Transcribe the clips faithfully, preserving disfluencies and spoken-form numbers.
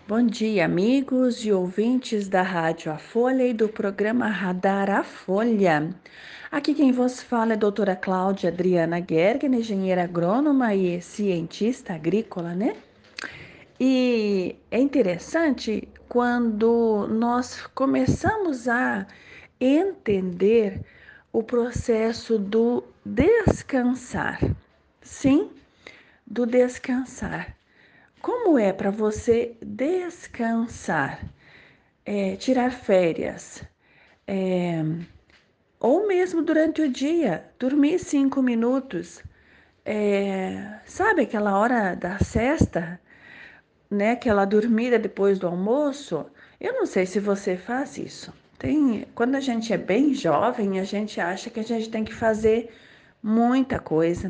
Bom dia, amigos e ouvintes da Rádio A Folha e do programa Radar A Folha. Aqui quem vos fala é a doutora Cláudia Adriana Gergen, engenheira agrônoma e cientista agrícola, né? E é interessante quando nós começamos a entender o processo do descansar. Sim, do descansar. Como é para você descansar, é, tirar férias, é, ou mesmo durante o dia, dormir cinco minutos, é, sabe aquela hora da sesta, né? Aquela dormida depois do almoço? Eu não sei se você faz isso. Tem, quando a gente é bem jovem, a gente acha que a gente tem que fazer muita coisa,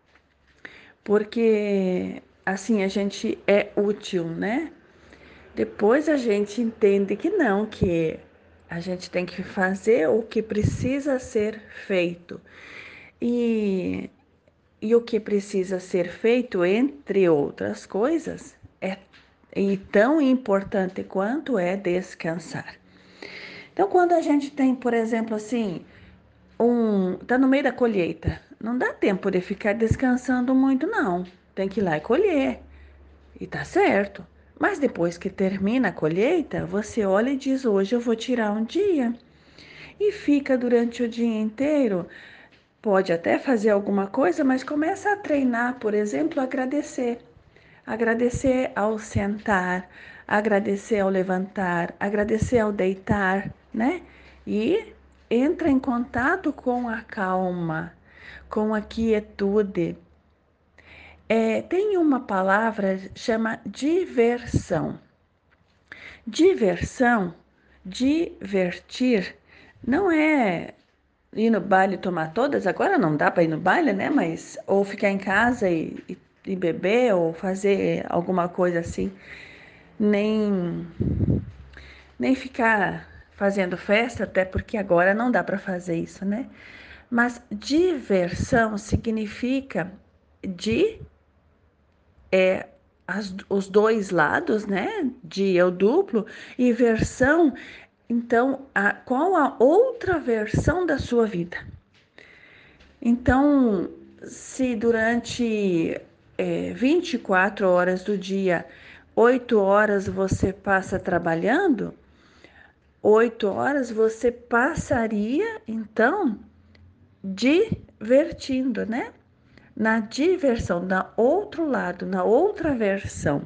porque assim a gente é útil, né? Depois a gente entende que não, que a gente tem que fazer o que precisa ser feito. E, e o que precisa ser feito, entre outras coisas, é e tão importante quanto é descansar. Então, quando a gente tem, por exemplo, assim, um, tá no meio da colheita, não dá tempo de ficar descansando muito, não. Tem que ir lá e colher. E tá certo. Mas depois que termina a colheita, você olha e diz: hoje eu vou tirar um dia. E fica durante o dia inteiro. Pode até fazer alguma coisa, mas começa a treinar, por exemplo, agradecer. Agradecer ao sentar, agradecer ao levantar, agradecer ao deitar, né? E entra em contato com a calma, com a quietude. É, tem uma palavra chama diversão. Diversão, divertir, não é ir no baile tomar todas. Agora não dá para ir no baile, né? Mas ou ficar em casa e, e, e beber ou fazer alguma coisa assim. Nem nem ficar fazendo festa, até porque agora não dá para fazer isso, né? Mas diversão significa de é as, os dois lados, né? De eu duplo e versão. Então, a, qual a outra versão da sua vida? Então, se durante é, vinte e quatro horas do dia, oito horas você passa trabalhando, oito horas você passaria, então, divertindo, né? Na diversão, na outro lado, na outra versão.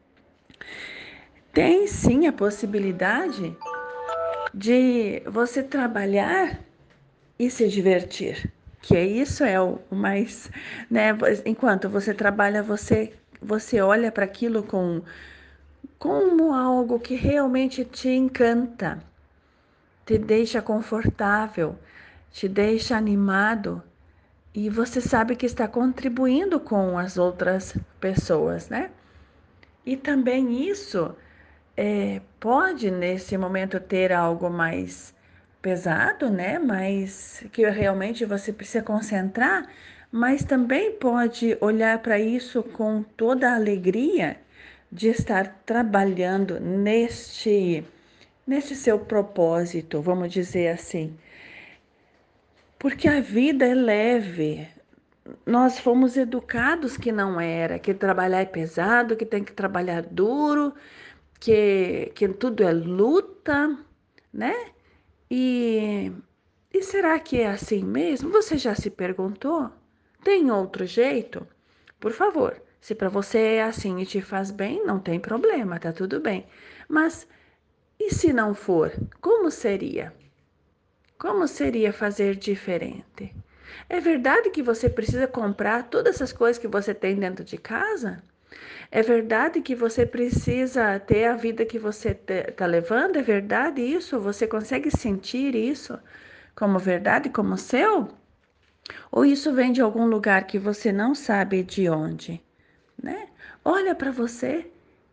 Tem sim a possibilidade de você trabalhar e se divertir, que é isso é o mais, né? Enquanto você trabalha, você você olha para aquilo com como algo que realmente te encanta, te deixa confortável, te deixa animado e você sabe que está contribuindo com as outras pessoas, né? E também isso é, pode nesse momento ter algo mais pesado, né? Mas que realmente você precisa concentrar, mas também pode olhar para isso com toda a alegria de estar trabalhando neste neste seu propósito, vamos dizer assim. Porque a vida é leve. Nós fomos educados que não era, que trabalhar é pesado, que tem que trabalhar duro, que, que tudo é luta, né? E, e será que é assim mesmo? Você já se perguntou? Tem outro jeito? Por favor, se para você é assim e te faz bem, não tem problema, tá tudo bem. Mas e se não for? Como seria? Como seria fazer diferente? É verdade que você precisa comprar todas essas coisas que você tem dentro de casa? É verdade que você precisa ter a vida que você está levando? É verdade isso? Você consegue sentir isso como verdade, como seu? Ou isso vem de algum lugar que você não sabe de onde, né? Olha para você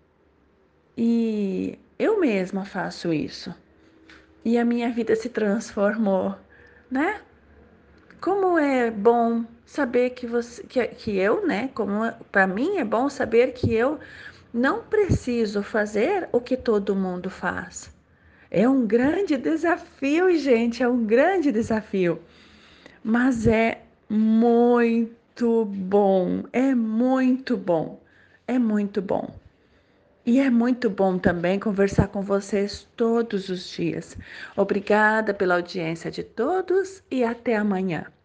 e eu mesma faço isso. E a minha vida se transformou, né? Como é bom saber que você, que, que eu, né? Como para mim é bom saber que eu Não preciso fazer o que todo mundo faz. É um grande desafio, gente, é um grande desafio. Mas é muito bom, é muito bom, é muito bom. E é muito bom também conversar com vocês todos os dias. Obrigada pela audiência de todos e até amanhã.